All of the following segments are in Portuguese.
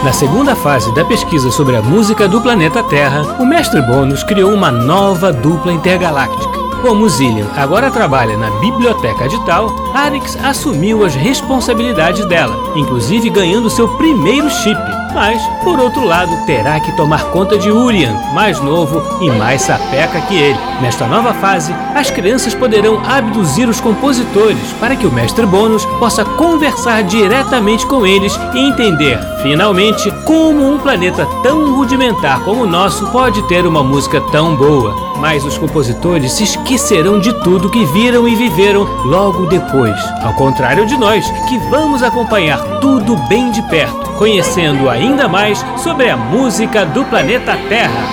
Na segunda fase da pesquisa sobre a música do planeta Terra, o Mestre Bônus criou uma nova dupla intergaláctica. Como Zillion agora trabalha na biblioteca de Tal, Arix assumiu as responsabilidades dela, inclusive ganhando seu primeiro chip. Mas, por outro lado, terá que tomar conta de Urian, mais novo e mais sapeca que ele. Nesta nova fase, as crianças poderão abduzir os compositores para que o Mestre Bônus possa conversar diretamente com eles e entender, finalmente, como um planeta tão rudimentar como o nosso pode ter uma música tão boa. Mas os compositores se esquecerão de tudo que viram e viveram logo depois, ao contrário de nós, que vamos acompanhar tudo bem de perto, conhecendo ainda mais sobre a música do planeta Terra.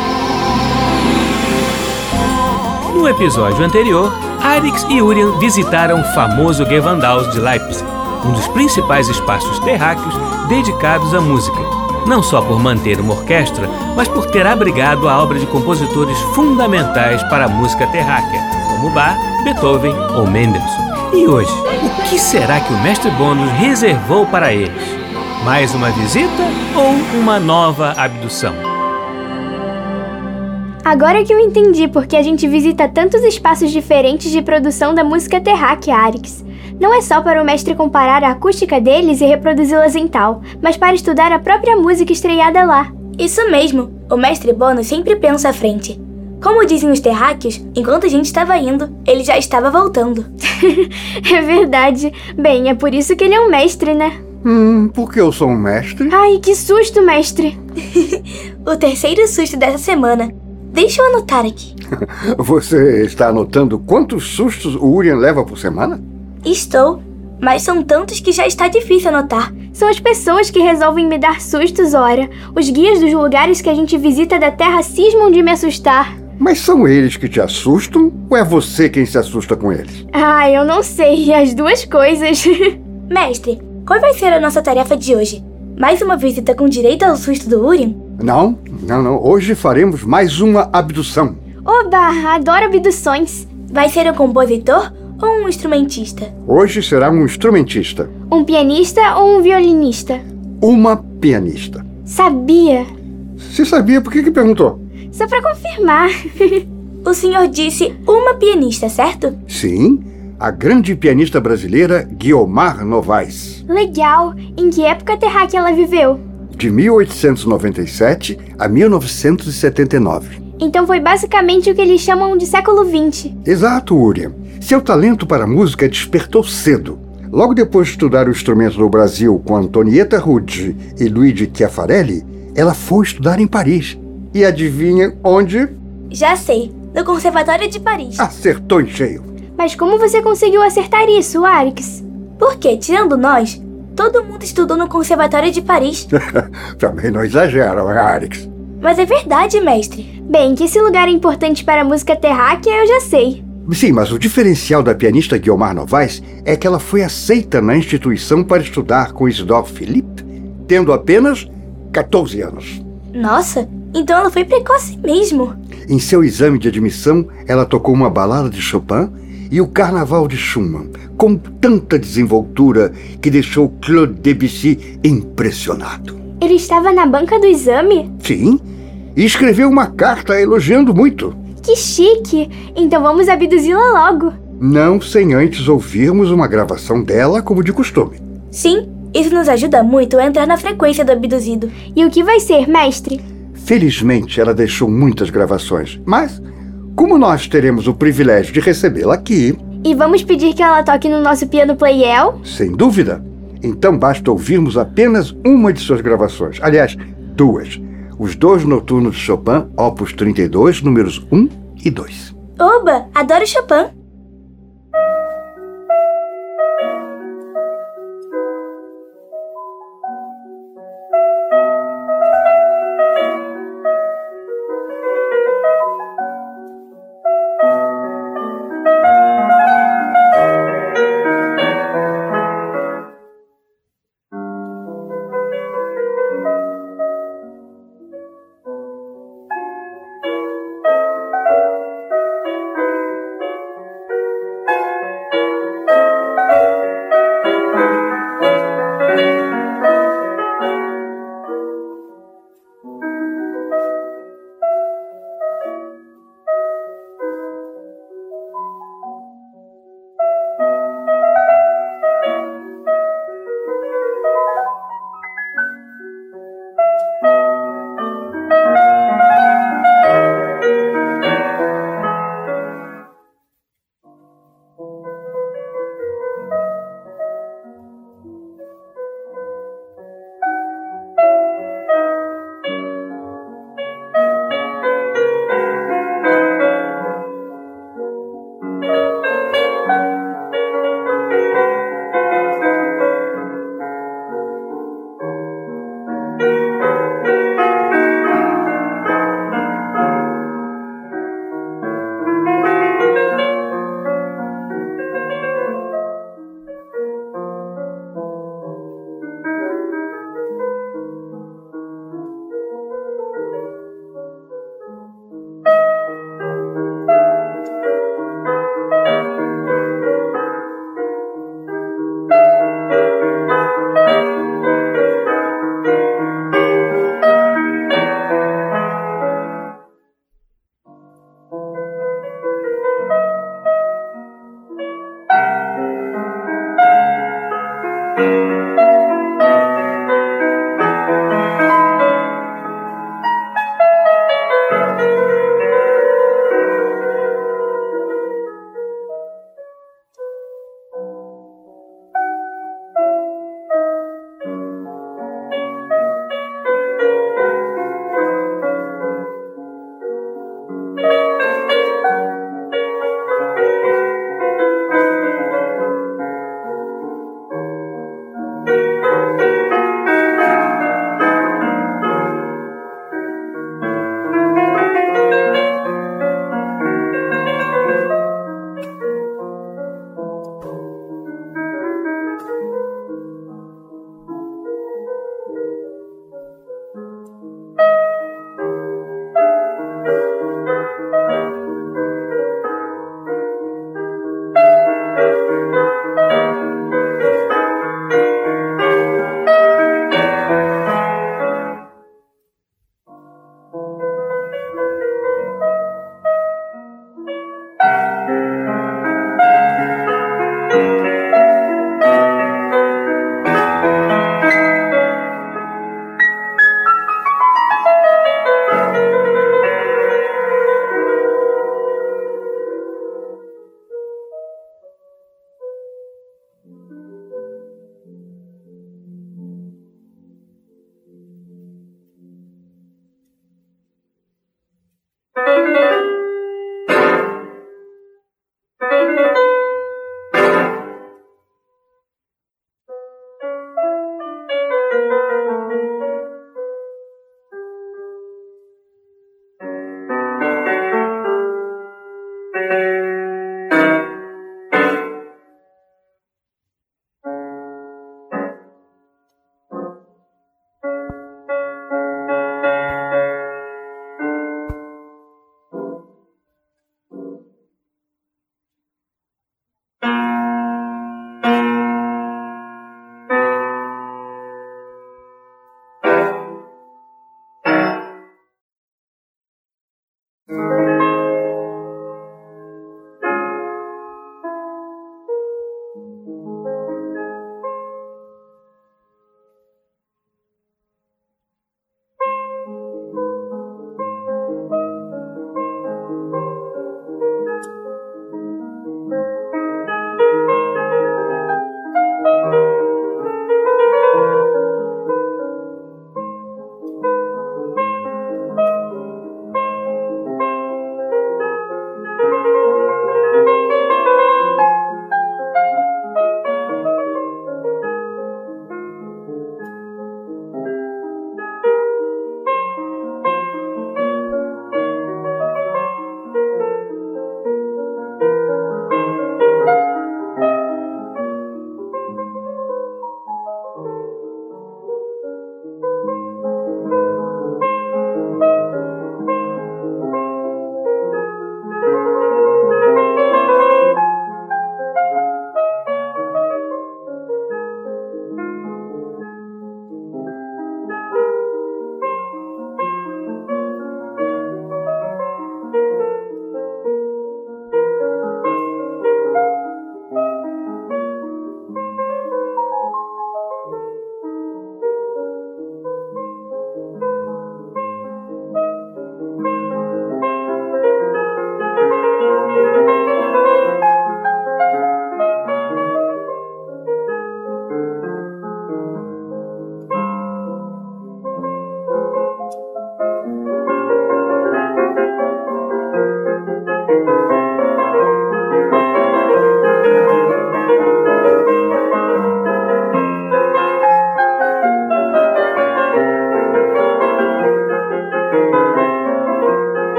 No episódio anterior, Arix e Urian visitaram o famoso Gewandhaus de Leipzig, um dos principais espaços terráqueos dedicados à música, não só por manter uma orquestra, mas por ter abrigado a obra de compositores fundamentais para a música terráquea, como Bach, Beethoven ou Mendelssohn. E hoje, o que será que o Mestre Bônus reservou para eles? Mais uma visita ou uma nova abdução? Agora que eu entendi por que a gente visita tantos espaços diferentes de produção da música terráquea, Arix. Não é só para o mestre comparar a acústica deles e reproduzi-las em Tal, mas para estudar a própria música estreada lá. Isso mesmo, o Mestre Bônus sempre pensa à frente. Como dizem os terráqueos, enquanto a gente estava indo, ele já estava voltando. É verdade. Bem, é por isso que ele é um mestre, né? Porque eu sou um mestre? Ai, que susto, mestre! O terceiro susto dessa semana. Deixa eu anotar aqui. Você está anotando quantos sustos o Urian leva por semana? Estou, mas são tantos que já está difícil anotar. São as pessoas que resolvem me dar sustos, ora. Os guias dos lugares que a gente visita da Terra cismam de me assustar. Mas são eles que te assustam ou é você quem se assusta com eles? Ah, eu não sei, as duas coisas. Mestre, qual vai ser a nossa tarefa de hoje? Mais uma visita com direito ao susto do Urian? Não. Hoje faremos mais uma abdução. Oba, adoro abduções. Vai ser um compositor ou um instrumentista? Hoje será um instrumentista. Um pianista ou um violinista? Uma pianista. Sabia. Se sabia, por que perguntou? Só pra confirmar. O senhor disse uma pianista, certo? Sim, a grande pianista brasileira Guiomar Novaes. Legal. Em que época terráquea ela viveu? De 1897 a 1979. Então foi basicamente o que eles chamam de século XX. Exato, Urian. Seu talento para a música despertou cedo. Logo depois de estudar o instrumento no Brasil com Antonietta Rudge e Luigi Chiafarelli, ela foi estudar em Paris. E adivinha onde? Já sei, no Conservatório de Paris. Acertou em cheio. Mas como você conseguiu acertar isso, Arix? Porque, tirando nós, todo mundo estudou no Conservatório de Paris. Também não exagera, Arix. Mas é verdade, mestre. Bem, que esse lugar é importante para a música terráquea, eu já sei. Sim, mas o diferencial da pianista Guiomar Novaes é que ela foi aceita na instituição para estudar com Isidore Philipp, tendo apenas 14 anos. Nossa, então ela foi precoce mesmo. Em seu exame de admissão, ela tocou uma balada de Chopin e o Carnaval de Schumann, com tanta desenvoltura que deixou Claude Debussy impressionado. Ele estava na banca do exame? Sim, e escreveu uma carta elogiando muito. Que chique! Então vamos abduzi-la logo. Não sem antes ouvirmos uma gravação dela como de costume. Sim, isso nos ajuda muito a entrar na frequência do abduzido. E o que vai ser, mestre? Felizmente, ela deixou muitas gravações, mas como nós teremos o privilégio de recebê-la aqui... E vamos pedir que ela toque no nosso piano Pleyel? Sem dúvida. Então basta ouvirmos apenas uma de suas gravações. Aliás, duas. Os dois noturnos de Chopin, opus 32, números 1 e 2. Oba, adoro Chopin.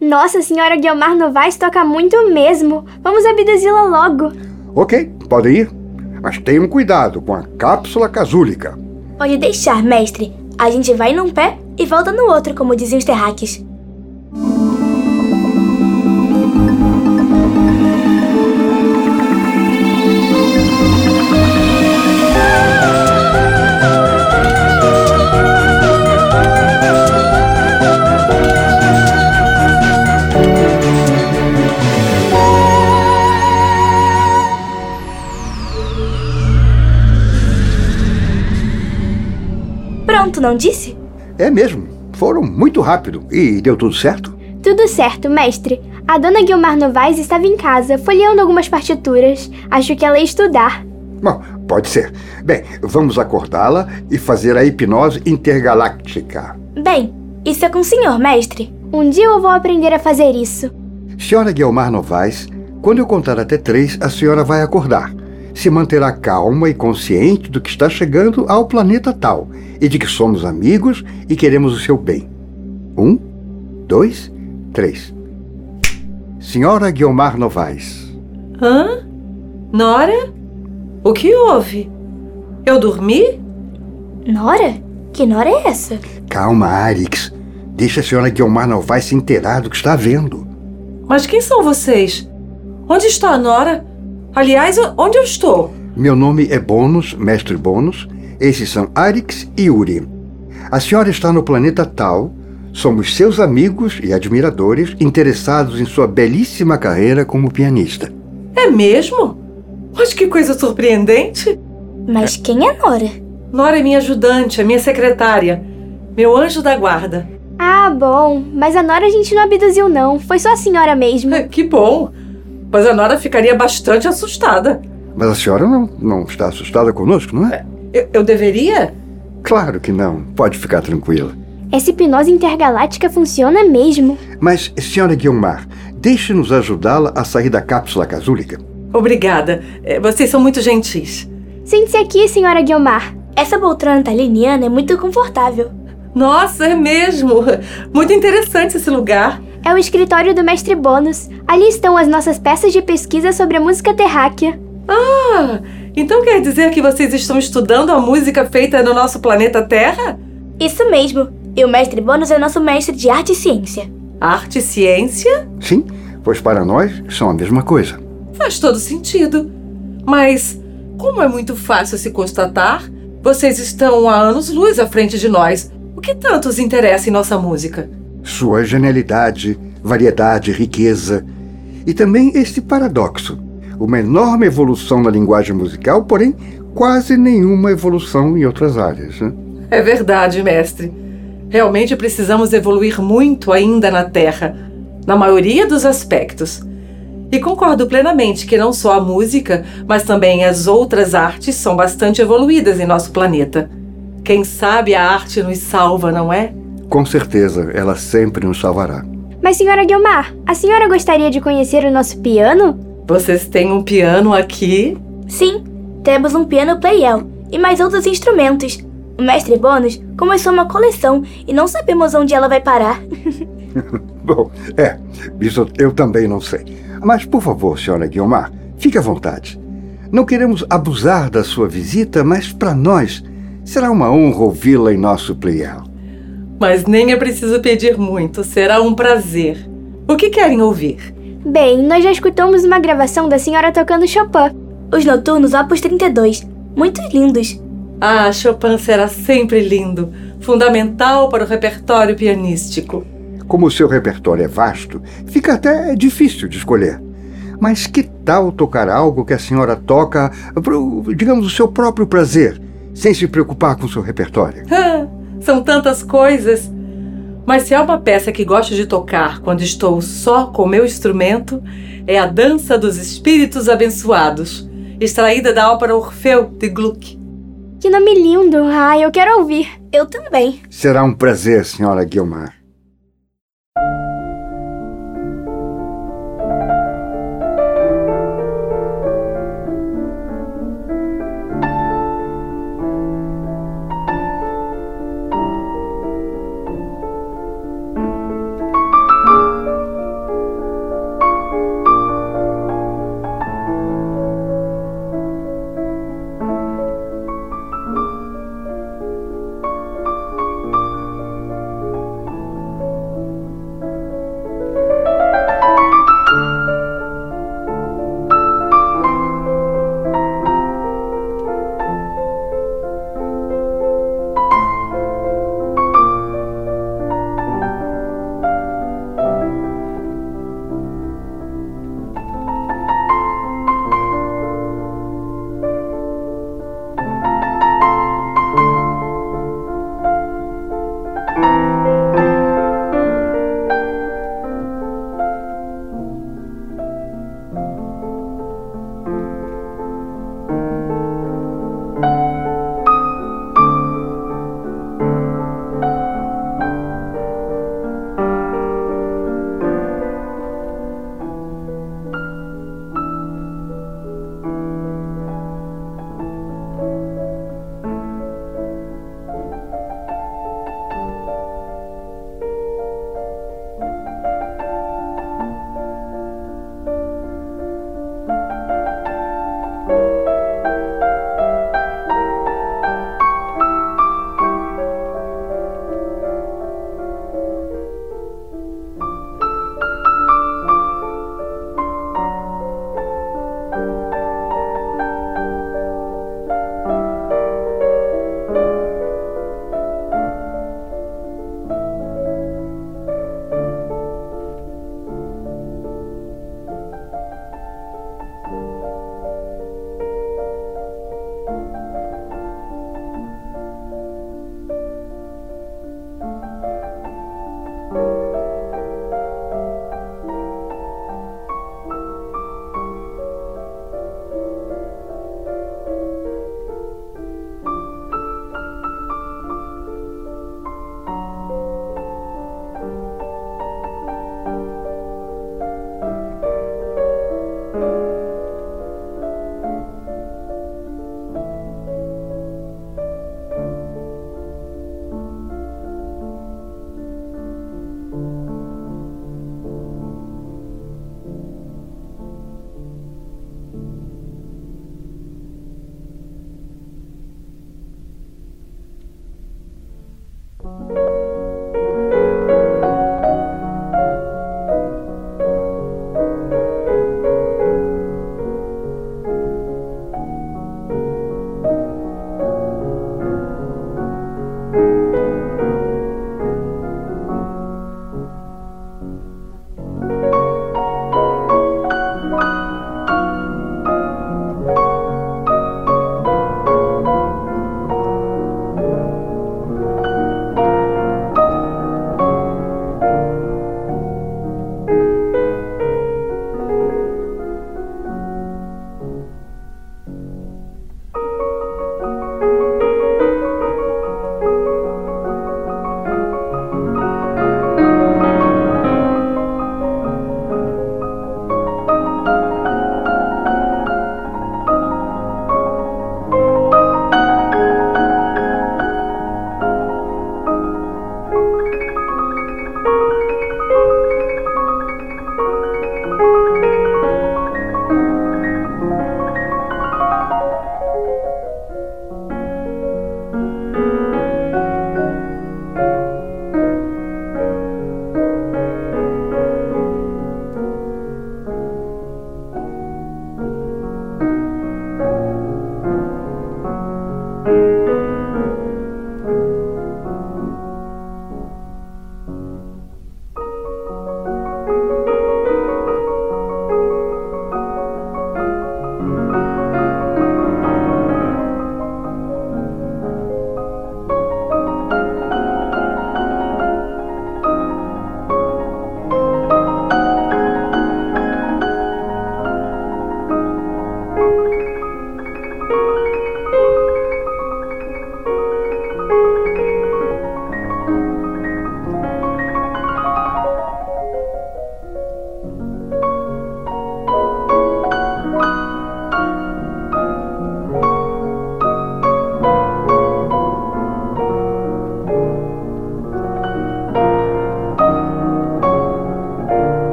Nossa, a senhora Guiomar Novaes toca muito mesmo. Vamos abduzi-la logo. Ok, podem ir. Mas tenham cuidado com a cápsula casúlica. Pode deixar, mestre. A gente vai num pé e volta no outro, como diziam os terráqueos. Pronto, não disse? É mesmo, foram muito rápido. E deu tudo certo? Tudo certo, mestre. A dona Guiomar Novaes estava em casa, folheando algumas partituras. Acho que ela ia estudar. Bom, pode ser. Bem, vamos acordá-la e fazer a hipnose intergaláctica. Bem, isso é com o senhor, mestre. Um dia eu vou aprender a fazer isso. Senhora Guiomar Novaes, quando eu contar até 3, a senhora vai acordar. Se manterá calma e consciente do que está chegando ao planeta tal e de que somos amigos e queremos o seu bem. 1, 2, 3. Senhora Guiomar Novaes. Hã? Nora? O que houve? Eu dormi? Nora? Que Nora é essa? Calma, Arix. Deixa a senhora Guiomar Novaes se inteirar do que está vendo. Mas quem são vocês? Onde está a Nora? Aliás, onde eu estou? Meu nome é Bônus, mestre Bônus. Esses são Arix e Uri. A senhora está no planeta Tal. Somos seus amigos e admiradores interessados em sua belíssima carreira como pianista. É mesmo? Mas que coisa surpreendente! Mas quem é Nora? Nora é minha ajudante, é minha secretária. Meu anjo da guarda. Ah, bom. Mas a Nora a gente não abduziu, não. Foi só a senhora mesmo. Que bom! Pois a Nora ficaria bastante assustada. Mas a senhora não está assustada conosco, não é? Eu deveria? Claro que não. Pode ficar tranquila. Essa hipnose intergaláctica funciona mesmo. Mas, senhora Guiomar, deixe-nos ajudá-la a sair da cápsula casúlica. Obrigada. Vocês são muito gentis. Sente-se aqui, senhora Guiomar. Essa poltrona taliniana é muito confortável. Nossa, é mesmo. Muito interessante esse lugar. É o escritório do mestre Bônus. Ali estão as nossas peças de pesquisa sobre a música terráquea. Ah, então quer dizer que vocês estão estudando a música feita no nosso planeta Terra? Isso mesmo. E o mestre Bônus é nosso mestre de arte e ciência. Arte e ciência? Sim, pois para nós são a mesma coisa. Faz todo sentido. Mas, como é muito fácil se constatar, vocês estão há anos-luz à frente de nós. O que tanto os interessa em nossa música? Sua genialidade, variedade, riqueza. E também este paradoxo. Uma enorme evolução na linguagem musical, porém quase nenhuma evolução em outras áreas, né? É verdade, mestre. Realmente precisamos evoluir muito ainda na Terra, na maioria dos aspectos. E concordo plenamente que não só a música, mas também as outras artes são bastante evoluídas em nosso planeta. Quem sabe a arte nos salva, não é? Com certeza, ela sempre nos salvará. Mas, senhora Guiomar, a senhora gostaria de conhecer o nosso piano? Vocês têm um piano aqui? Sim, temos um piano Pleyel e mais outros instrumentos. O mestre Bônus começou uma coleção e não sabemos onde ela vai parar. Bom, isso eu também não sei. Mas, por favor, senhora Guiomar, fique à vontade. Não queremos abusar da sua visita, mas para nós será uma honra ouvi-la em nosso Pleyel. Mas nem é preciso pedir muito, será um prazer. O que querem ouvir? Bem, nós já escutamos uma gravação da senhora tocando Chopin. Os noturnos Opus 32, muito lindos. Ah, Chopin será sempre lindo, fundamental para o repertório pianístico. Como o seu repertório é vasto, fica até difícil de escolher. Mas que tal tocar algo que a senhora toca, digamos, o seu próprio prazer, sem se preocupar com o seu repertório? São tantas coisas. Mas se há uma peça que gosto de tocar quando estou só com meu instrumento, é a Dança dos Espíritos Abençoados, extraída da ópera Orfeu, de Gluck. Que nome lindo! Ai, eu quero ouvir. Eu também. Será um prazer, senhora Guiomar.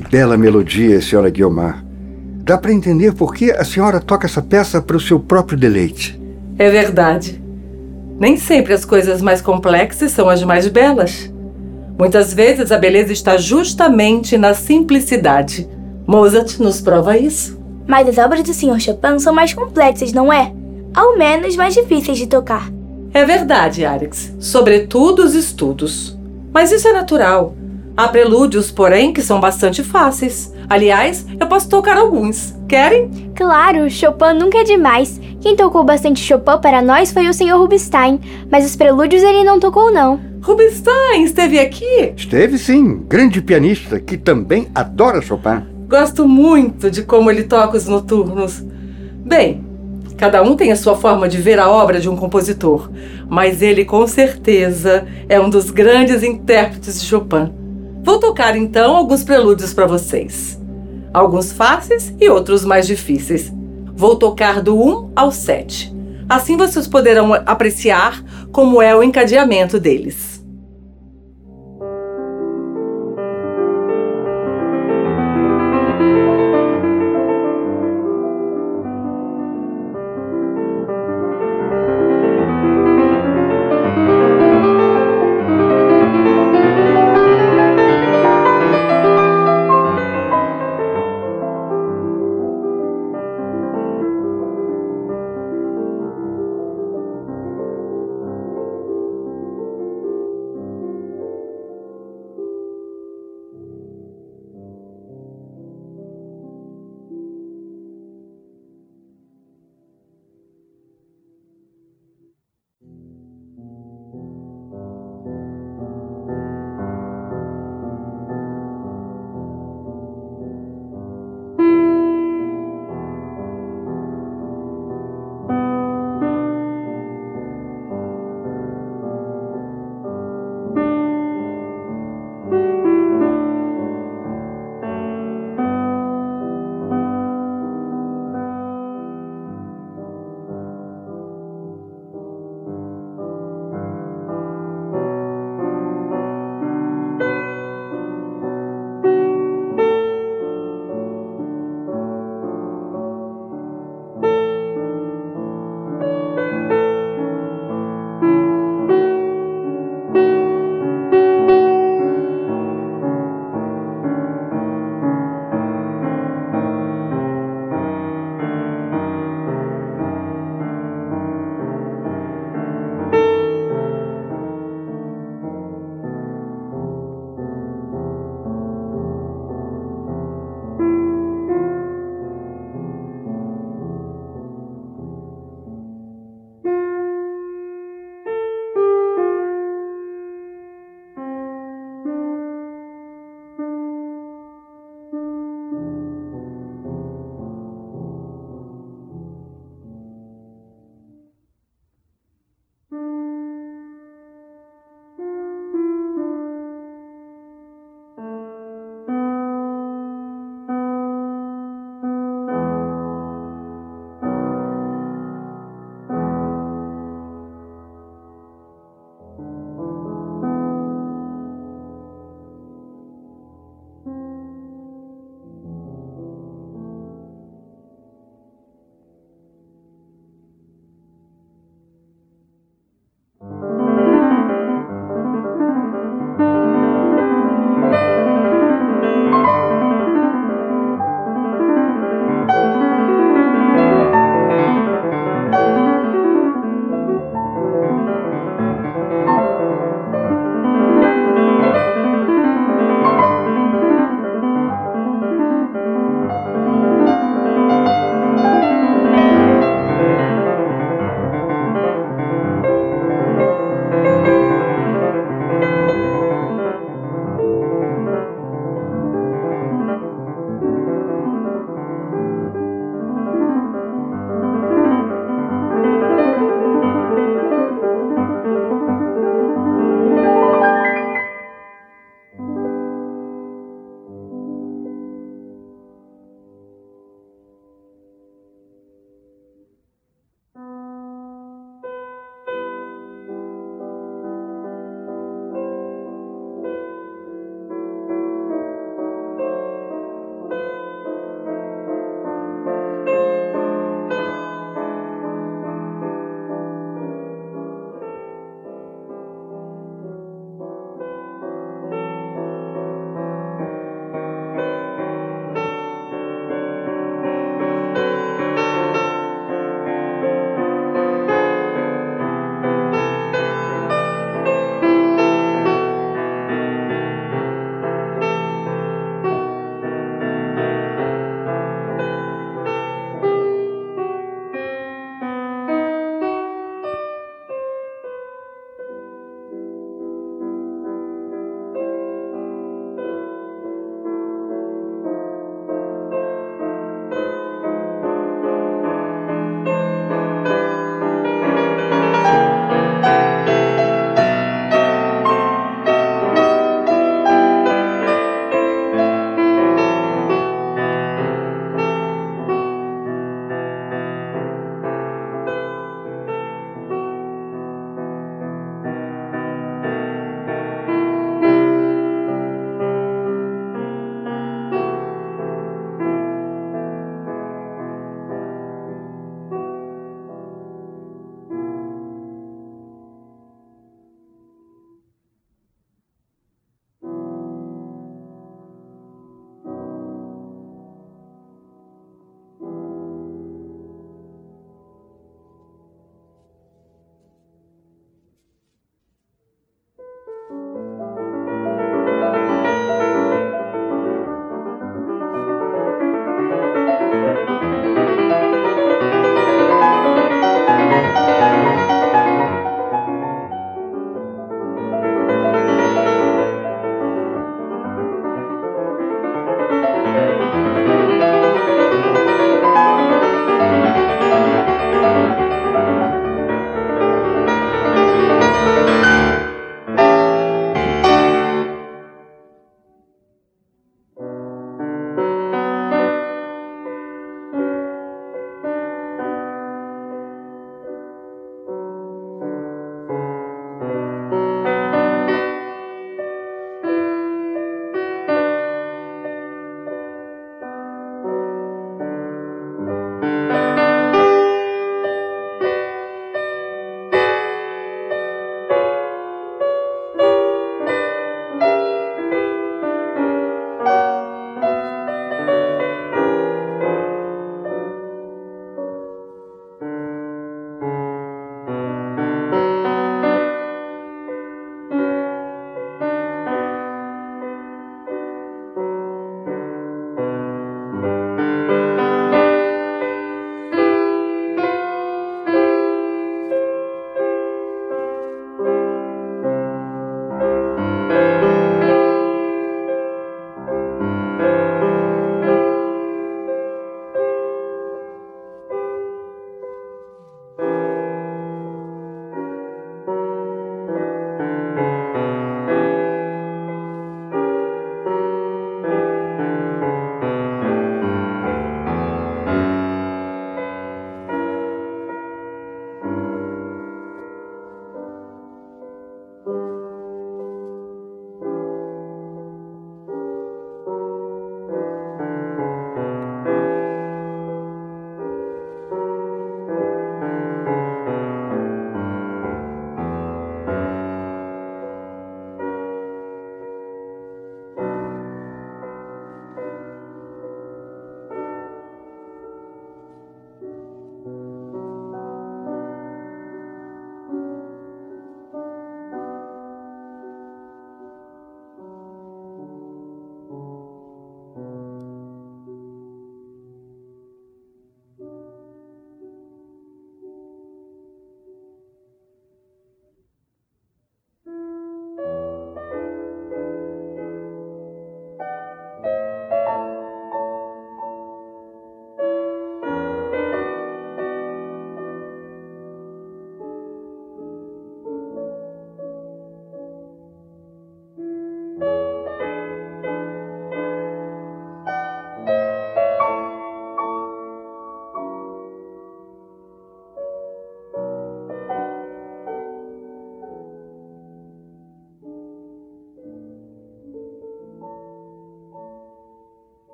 Que bela melodia, senhora Guiomar. Dá para entender por que a senhora toca essa peça para o seu próprio deleite. É verdade. Nem sempre as coisas mais complexas são as mais belas. Muitas vezes a beleza está justamente na simplicidade. Mozart nos prova isso. Mas as obras do Sr. Chopin são mais complexas, não é? Ao menos mais difíceis de tocar. É verdade, Arix. Sobretudo os estudos. Mas isso é natural. Há prelúdios, porém, que são bastante fáceis. Aliás, eu posso tocar alguns. Querem? Claro, Chopin nunca é demais. Quem tocou bastante Chopin para nós foi o Sr. Rubinstein, mas os prelúdios ele não tocou não. Rubinstein esteve aqui? Esteve sim, grande pianista que também adora Chopin. Gosto muito de como ele toca os noturnos. Bem, cada um tem a sua forma de ver a obra de um compositor, mas ele com certeza é um dos grandes intérpretes de Chopin. Vou tocar então alguns prelúdios para vocês. Alguns fáceis e outros mais difíceis. Vou tocar do 1 ao 7. Assim vocês poderão apreciar como é o encadeamento deles.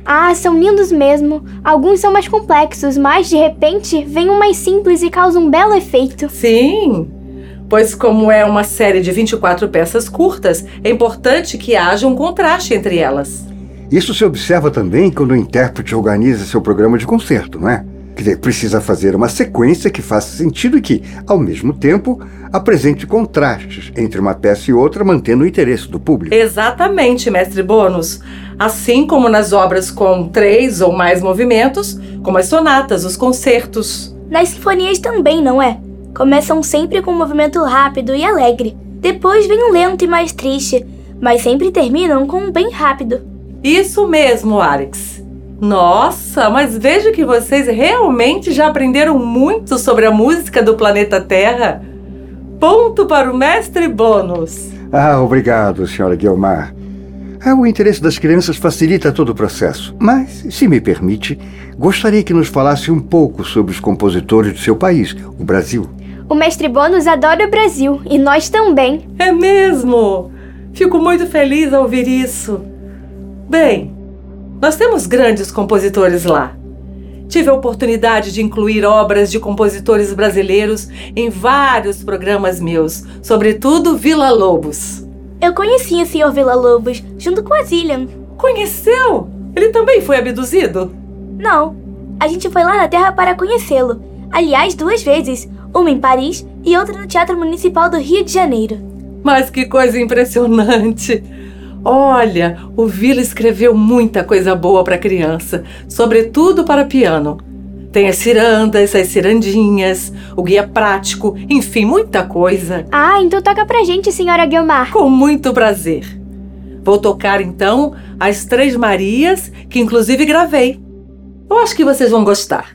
Ah, são lindos mesmo. Alguns são mais complexos, mas, de repente, vem um mais simples e causa um belo efeito. Sim, pois como é uma série de 24 peças curtas, é importante que haja um contraste entre elas. Isso se observa também quando o intérprete organiza seu programa de concerto, não é? Quer dizer, precisa fazer uma sequência que faça sentido e que, ao mesmo tempo, apresente contrastes entre uma peça e outra, mantendo o interesse do público. Exatamente, mestre Bônus. Assim como nas obras com 3 ou mais movimentos, como as sonatas, os concertos. Nas sinfonias também, não é? Começam sempre com um movimento rápido e alegre. Depois vem um lento e mais triste, mas sempre terminam com um bem rápido. Isso mesmo, Arix. Nossa, mas vejo que vocês realmente já aprenderam muito sobre a música do planeta Terra. Ponto para o mestre Bônus. Ah, obrigado, senhora Guiomar. O interesse das crianças facilita todo o processo. Mas, se me permite, gostaria que nos falasse um pouco sobre os compositores do seu país, o Brasil. O mestre Bônus adora o Brasil, e nós também. É mesmo? Fico muito feliz ao ouvir isso. Bem, nós temos grandes compositores lá. Tive a oportunidade de incluir obras de compositores brasileiros em vários programas meus, sobretudo Villa Lobos. Eu conheci o Sr. Villa Lobos, junto com a Zillian. Conheceu? Ele também foi abduzido? Não, a gente foi lá na Terra para conhecê-lo. Aliás, 2 vezes, uma em Paris e outra no Teatro Municipal do Rio de Janeiro. Mas que coisa impressionante! Olha, o Villa escreveu muita coisa boa para criança, sobretudo para piano. Tem as cirandas, as cirandinhas, o guia prático, enfim, muita coisa. Ah, então toca pra gente, senhora Guiomar. Com muito prazer. Vou tocar, então, as 3 Marias, que inclusive gravei. Eu acho que vocês vão gostar.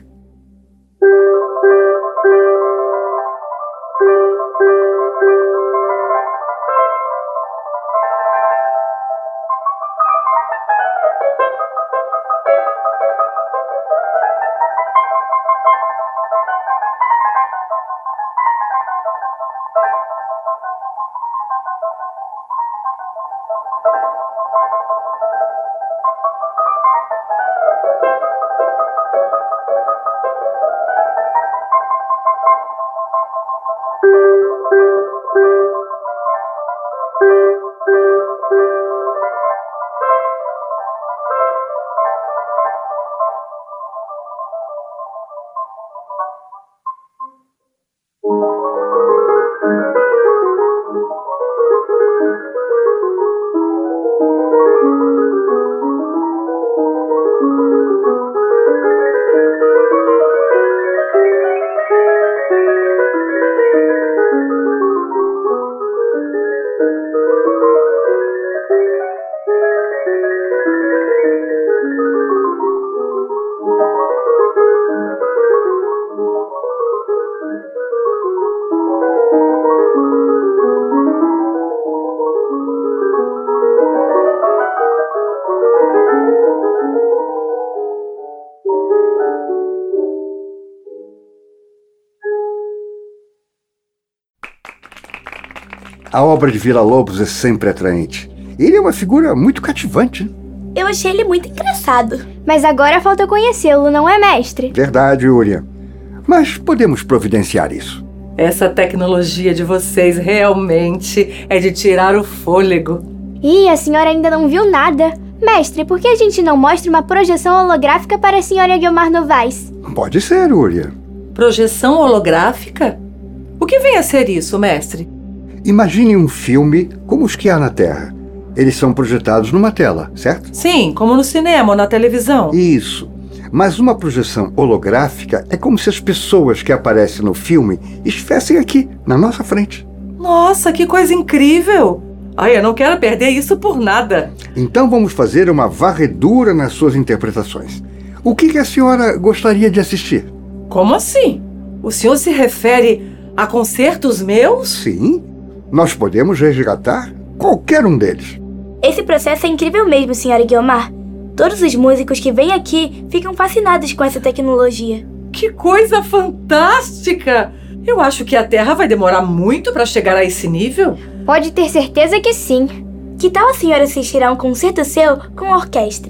A obra de Villa Lobos é sempre atraente. Ele é uma figura muito cativante. Eu achei ele muito engraçado. Mas agora falta conhecê-lo, não é, mestre? Verdade, Uriah. Mas podemos providenciar isso. Essa tecnologia de vocês realmente é de tirar o fôlego. Ih, a senhora ainda não viu nada. Mestre, por que a gente não mostra uma projeção holográfica para a senhora Guiomar Novaes? Pode ser, Uriah. Projeção holográfica? O que vem a ser isso, mestre? Imagine um filme como os que há na Terra. Eles são projetados numa tela, certo? Sim, como no cinema ou na televisão. Isso. Mas uma projeção holográfica é como se as pessoas que aparecem no filme estivessem aqui, na nossa frente. Nossa, que coisa incrível! Ai, eu não quero perder isso por nada. Então vamos fazer uma varredura nas suas interpretações. O que a senhora gostaria de assistir? Como assim? O senhor se refere a concertos meus? Sim. Nós podemos resgatar qualquer um deles. Esse processo é incrível mesmo, senhora Guiomar. Todos os músicos que vêm aqui ficam fascinados com essa tecnologia. Que coisa fantástica! Eu acho que a Terra vai demorar muito para chegar a esse nível. Pode ter certeza que sim. Que tal a senhora assistir a um concerto seu com orquestra?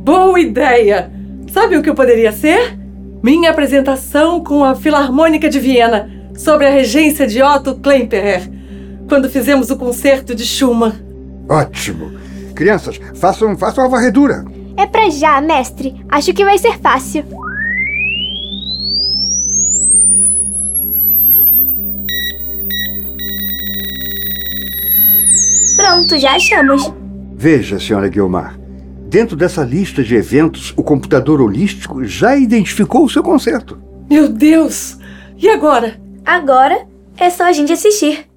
Boa ideia! Sabe o que eu poderia ser? Minha apresentação com a Filarmônica de Viena sobre a regência de Otto Klemperer, quando fizemos o concerto de Schumann. Ótimo! Crianças, façam a varredura. É pra já, mestre. Acho que vai ser fácil. Pronto, já achamos. Veja, senhora Guiomar. Dentro dessa lista de eventos, o computador holístico já identificou o seu concerto. Meu Deus! E agora? Agora é só a gente assistir.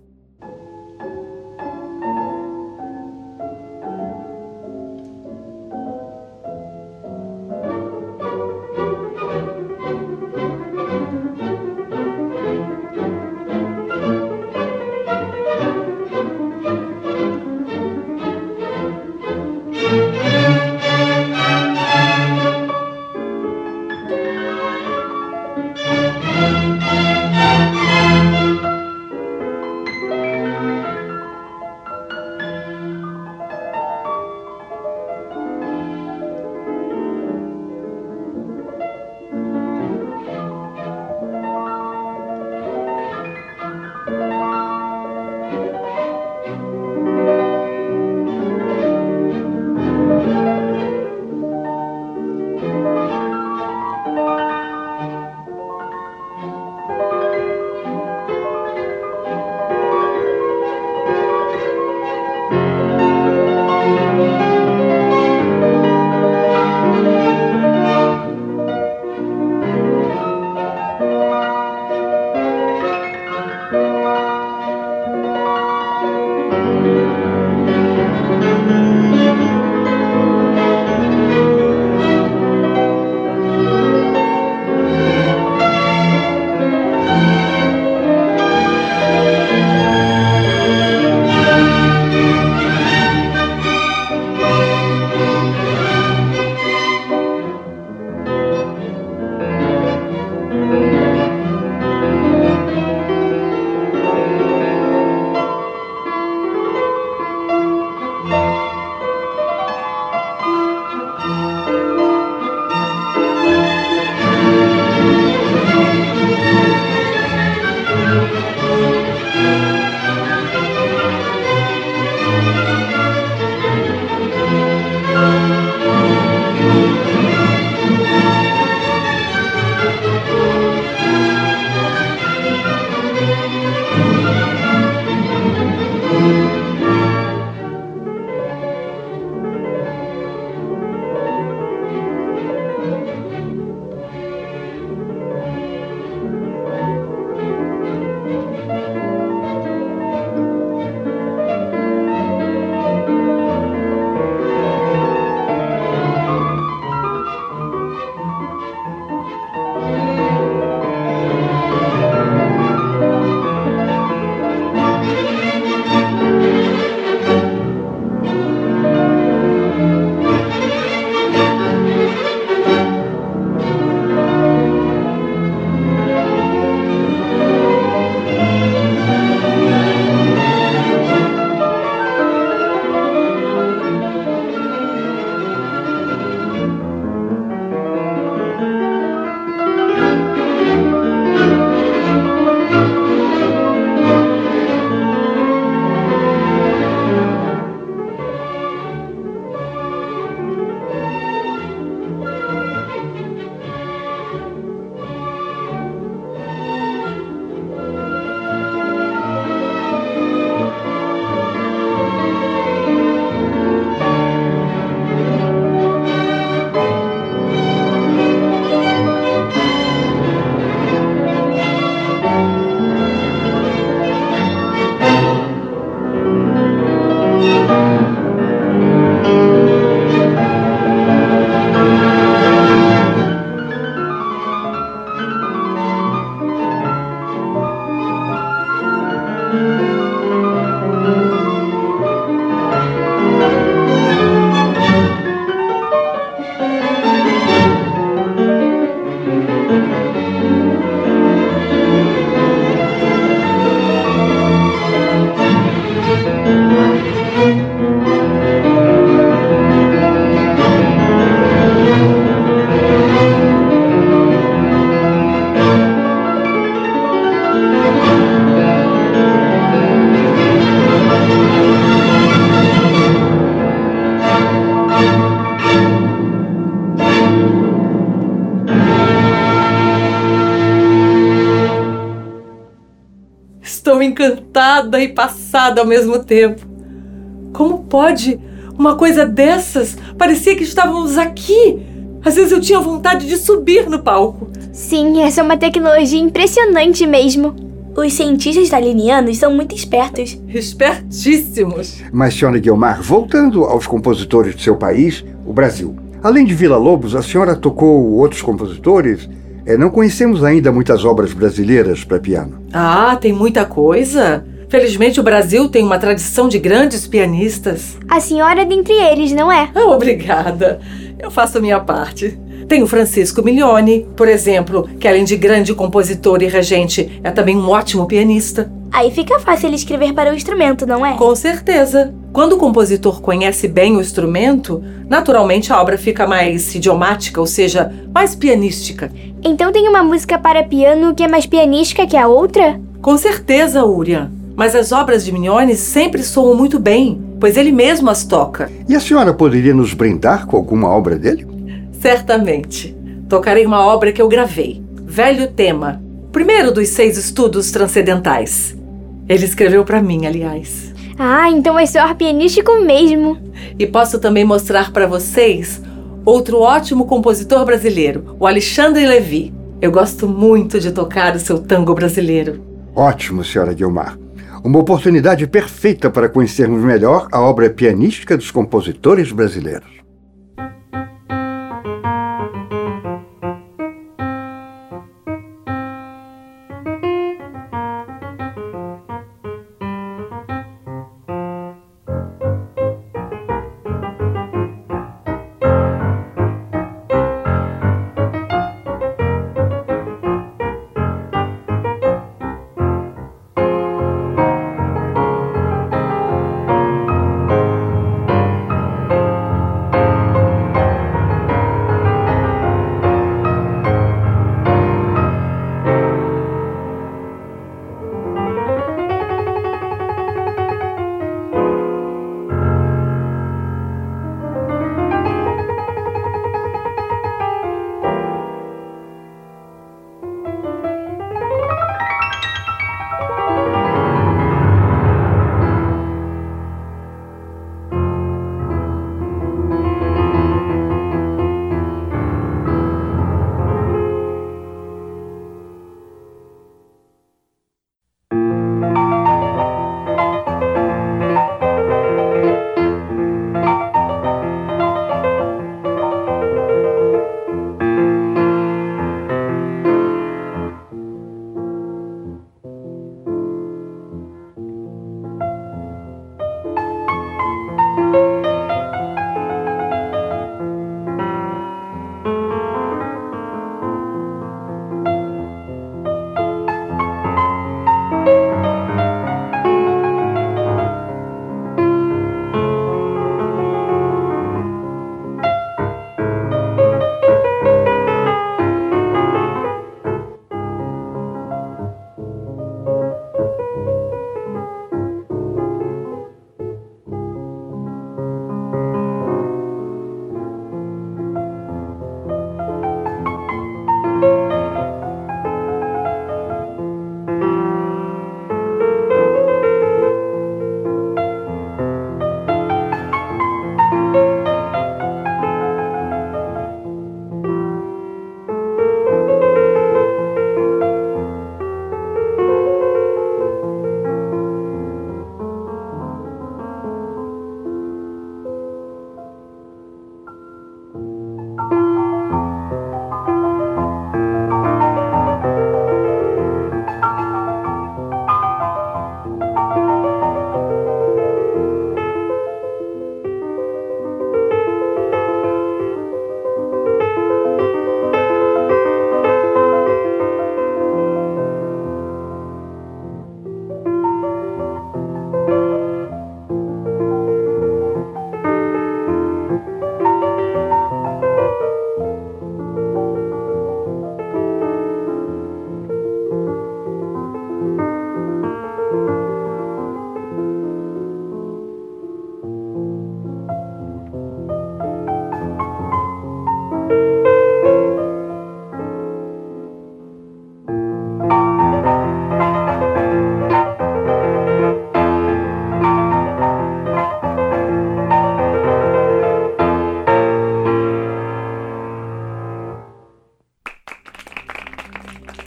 encantada e passada ao mesmo tempo. Como pode uma coisa dessas? Parecia que estávamos aqui. Às vezes eu tinha vontade de subir no palco. Sim, essa é uma tecnologia impressionante mesmo. Os cientistas dalinianos são muito espertos. Espertíssimos. Mas, senhora Guiomar, voltando aos compositores de seu país, o Brasil. Além de Villa-Lobos, a senhora tocou outros compositores? Não conhecemos ainda muitas obras brasileiras para piano. Ah, tem muita coisa. Felizmente o Brasil tem uma tradição de grandes pianistas. A senhora é dentre eles, não é? Ah, obrigada. Eu faço a minha parte. Tem o Francisco Miglioni, por exemplo, que além de grande compositor e regente, é também um ótimo pianista. Aí fica fácil ele escrever para o instrumento, não é? Com certeza. Quando o compositor conhece bem o instrumento, naturalmente a obra fica mais idiomática, ou seja, mais pianística. Então tem uma música para piano que é mais pianística que a outra? Com certeza, Urian. Mas as obras de Miglioni sempre soam muito bem, pois ele mesmo as toca. E a senhora poderia nos brindar com alguma obra dele? Certamente. Tocarei uma obra que eu gravei, Velho Tema, primeiro dos 6 estudos transcendentais. Ele escreveu para mim, aliás. Ah, então vai soar pianístico mesmo. E posso também mostrar para vocês outro ótimo compositor brasileiro, o Alexandre Levy. Eu gosto muito de tocar o seu tango brasileiro. Ótimo, senhora Guiomar. Uma oportunidade perfeita para conhecermos melhor a obra pianística dos compositores brasileiros.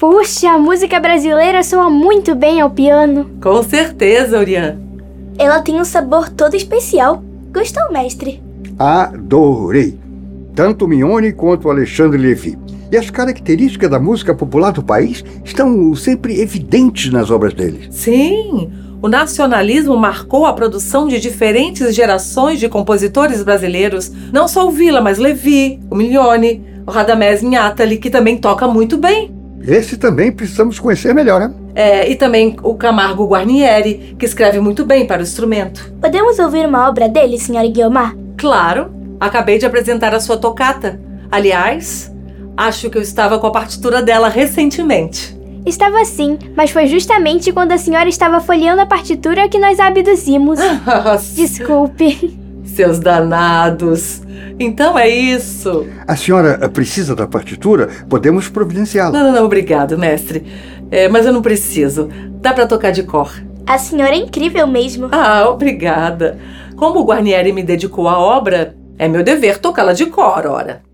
Puxa, a música brasileira soa muito bem ao piano. Com certeza, Urian. Ela tem um sabor todo especial. Gostou, mestre? Adorei! Tanto Mignone quanto Alexandre Lévy. E as características da música popular do país estão sempre evidentes nas obras deles. Sim, o nacionalismo marcou a produção de diferentes gerações de compositores brasileiros. Não só o Villa, mas Lévy, o Mignone, o Radamés Inátali, que também toca muito bem. Esse também precisamos conhecer melhor, né? E também o Camargo Guarnieri, que escreve muito bem para o instrumento. Podemos ouvir uma obra dele, senhora Guiomar? Claro, acabei de apresentar a sua tocata. Aliás, acho que eu estava com a partitura dela recentemente. Estava sim, mas foi justamente quando a senhora estava folheando a partitura que nós a abduzimos. Desculpe. Seus danados. Então é isso. A senhora precisa da partitura? Podemos providenciá-la. Não, obrigado, mestre. Mas eu não preciso. Dá pra tocar de cor. A senhora é incrível mesmo. Obrigada. Como o Guarnieri me dedicou à obra, é meu dever tocá-la de cor, ora.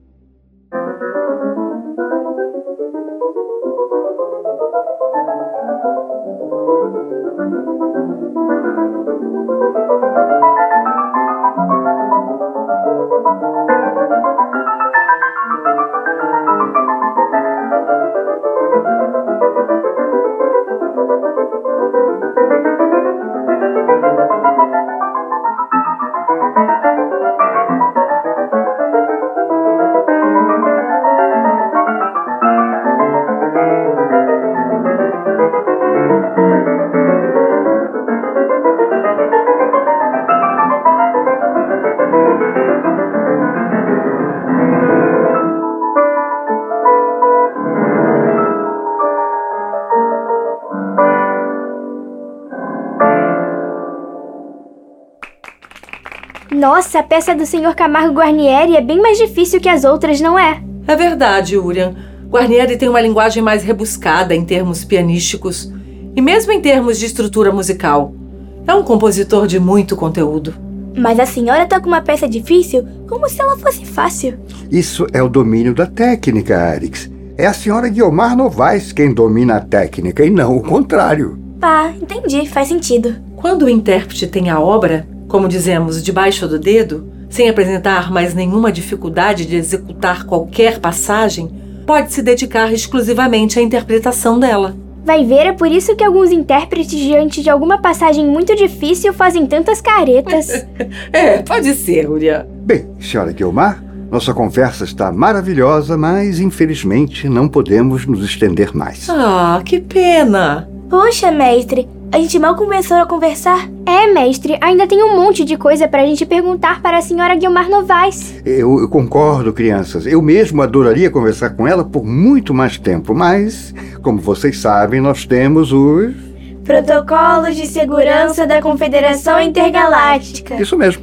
Nossa, a peça do Sr. Camargo Guarnieri é bem mais difícil que as outras, não é? É verdade, Urian. Guarnieri tem uma linguagem mais rebuscada em termos pianísticos e mesmo em termos de estrutura musical. É um compositor de muito conteúdo. Mas a senhora toca uma peça difícil como se ela fosse fácil. Isso é o domínio da técnica, Arix. É a senhora Guiomar Novaes quem domina a técnica e não o contrário. Entendi, faz sentido. Quando o intérprete tem a obra, como dizemos, debaixo do dedo, sem apresentar mais nenhuma dificuldade de executar qualquer passagem, pode se dedicar exclusivamente à interpretação dela. Vai ver, é por isso que alguns intérpretes, diante de alguma passagem muito difícil, fazem tantas caretas. Pode ser, Urian. Bem, senhora Guiomar, nossa conversa está maravilhosa, mas infelizmente não podemos nos estender mais. Que pena! Poxa, mestre, a gente mal começou a conversar. Mestre, ainda tem um monte de coisa pra gente perguntar para a senhora Guiomar Novaes. Eu concordo, crianças. Eu mesmo adoraria conversar com ela por muito mais tempo, mas, como vocês sabem, nós temos os... Protocolos de Segurança da Confederação Intergaláctica. Isso mesmo.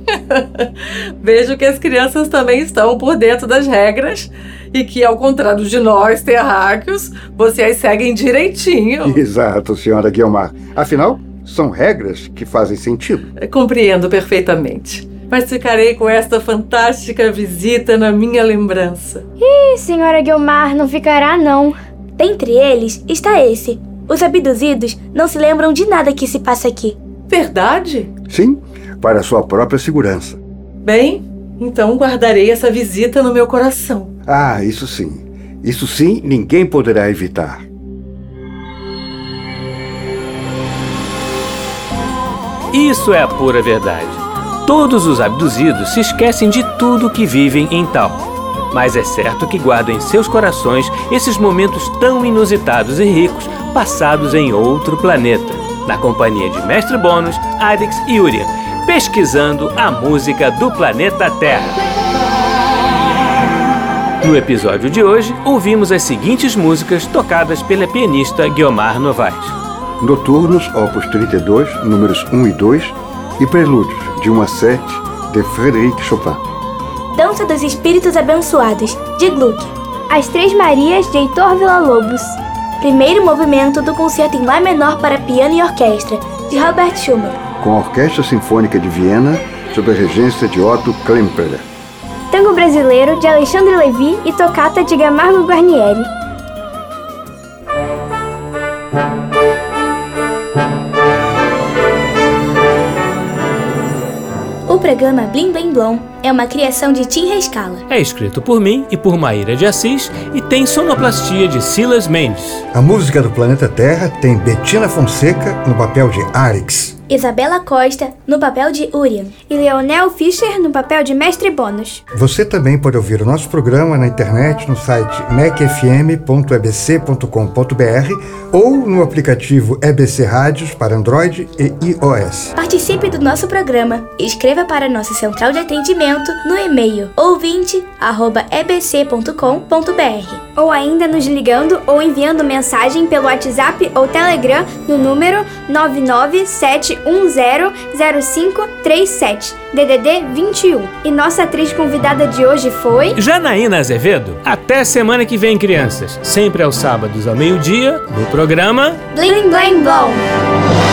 Vejo que as crianças também estão por dentro das regras e que, ao contrário de nós, terráqueos, vocês seguem direitinho. Exato, senhora Guiomar. Afinal, são regras que fazem sentido. Compreendo perfeitamente. Mas ficarei com esta fantástica visita na minha lembrança. Senhora Guiomar, não ficará não. Dentre eles está esse. Os abduzidos não se lembram de nada que se passa aqui. Verdade? Sim, para sua própria segurança. Bem, então guardarei essa visita no meu coração. Isso sim. Isso sim, ninguém poderá evitar. Isso é a pura verdade. Todos os abduzidos se esquecem de tudo que vivem em Tal. Mas é certo que guardam em seus corações esses momentos tão inusitados e ricos passados em outro planeta, na companhia de Mestre Bônus, Arix e Urian, pesquisando a música do planeta Terra. No episódio de hoje, ouvimos as seguintes músicas tocadas pela pianista Guiomar Novaes. Noturnos, opus 32, números 1 e 2, e Prelúdios, de 1 a 7, de Frédéric Chopin. Dança dos Espíritos Abençoados, de Gluck. As Três Marias, de Heitor Villa-Lobos. Primeiro movimento do Concerto em Lá menor para piano e orquestra, de Robert Schumann. Com a Orquestra Sinfônica de Viena, sob a regência de Otto Klemperer. Tango Brasileiro, de Alexandre Lévy e Tocata de Camargo Guarnieri. O programa Blim Blim Blom é uma criação de Tim Rescala. É escrito por mim e por Maíra de Assis e tem sonoplastia de Silas Mendes. A música do Planeta Terra tem Bettina Fonseca no papel de Arix, Isabela Costa no papel de Urian e Leonel Fischer no papel de Mestre Bônus. Você também pode ouvir o nosso programa na internet no site macfm.ebc.com.br ou no aplicativo EBC Rádios para Android e iOS. Participe do nosso programa e escreva para a nossa central de atendimento no e-mail ouvinte@ebc.com.br ou ainda nos ligando ou enviando mensagem pelo WhatsApp ou Telegram no número 997100537, DDD 21. E nossa atriz convidada de hoje foi Janaína Azevedo. Até semana que vem, crianças. Sempre aos sábados ao meio-dia, no programa Blim Blim Blom.